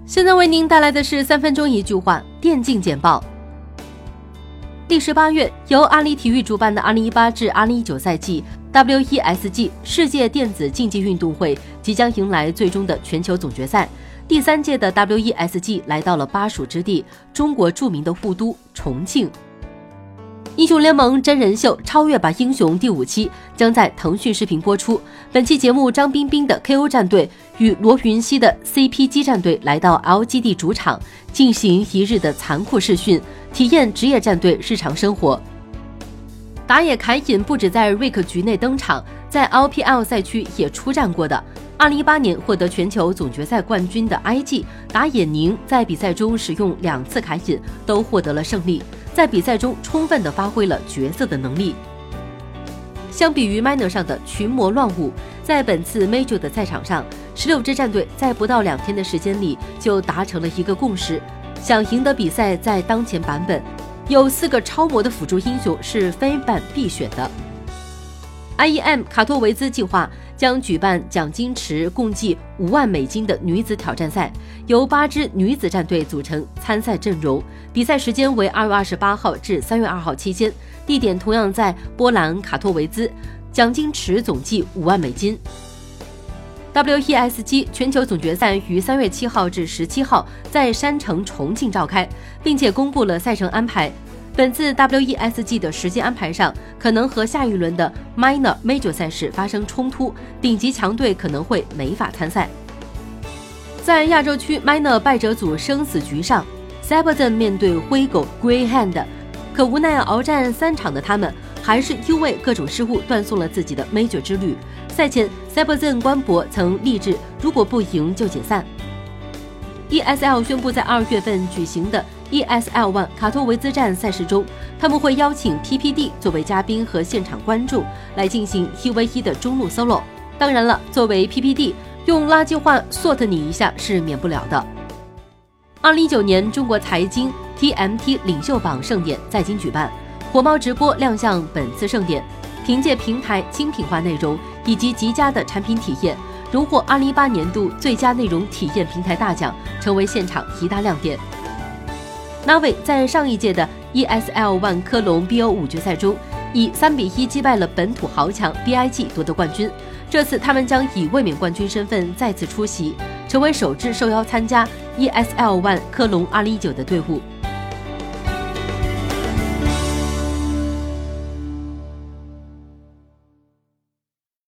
现在为您带来的是3分钟一句话电竞简报。历时8月，由阿里体育主办的2018至2019赛季 WESG 世界电子竞技运动会即将迎来最终的全球总决赛。第3届的 WESG 来到了巴蜀之地，中国著名的护都重庆。英雄联盟真人秀《超越吧英雄》第5期将在腾讯视频播出。本期节目，张彬彬的 KO 战队与罗云熙的 CPG 战队来到 LGD 主场进行1日的残酷试训，体验职业战队日常生活。打野凯隐不止在 RIC 局内登场，在 LPL 赛区也出战过的。2018年获得全球总决赛冠军的 IG 打野宁在比赛中使用2次凯隐都获得了胜利，在比赛中充分地发挥了角色的能力。相比于 Minor 上的群魔乱舞，在本次 Major 的赛场上，16支战队在不到2天的时间里就达成了一个共识，想赢得比赛，在当前版本有4个超模的辅助英雄是非版必选的。IEM 卡托维兹计划将举办奖金池共计5万美金的女子挑战赛，由8支女子战队组成参赛阵容，比赛时间为2月28号至3月2号期间，地点同样在波兰卡托维兹，奖金池总计5万美金。WESG 全球总决赛于3月7号至17号在山城重庆召开，并且公布了赛程安排。本次 WESG 的时间安排上，可能和下一轮的 Minor Major 赛事发生冲突，顶级强队可能会没法参赛。在亚洲区 Minor 败者组生死局上， Cyberzen 面对灰狗 Greyhound， 可无奈鏖战3场的他们，还是因为各种失误断送了自己的 Major 之旅。赛前 Cyberzen 官博曾立志，如果不赢就解散。ESL 宣布在2月份举行的 ESL One 卡托维兹站赛事中，他们会邀请 PPD 作为嘉宾和现场观众来进行1v1的中路 solo。 当然了，作为 PPD， 用垃圾话 sort 你一下是免不了的。2019年中国财经 TMT 领袖榜盛典在京举办，火猫直播亮相本次盛典，凭借平台精品化内容以及极佳的产品体验，荣获2018年度最佳内容体验平台大奖，成为现场一大亮点。Navi 在上一届的 ESL One 科隆 BO5 决赛中，以3-1击败了本土豪强 BIG 夺得冠军。这次他们将以卫冕冠军身份再次出席，成为首支受邀参加 ESL One 科隆2019的队伍。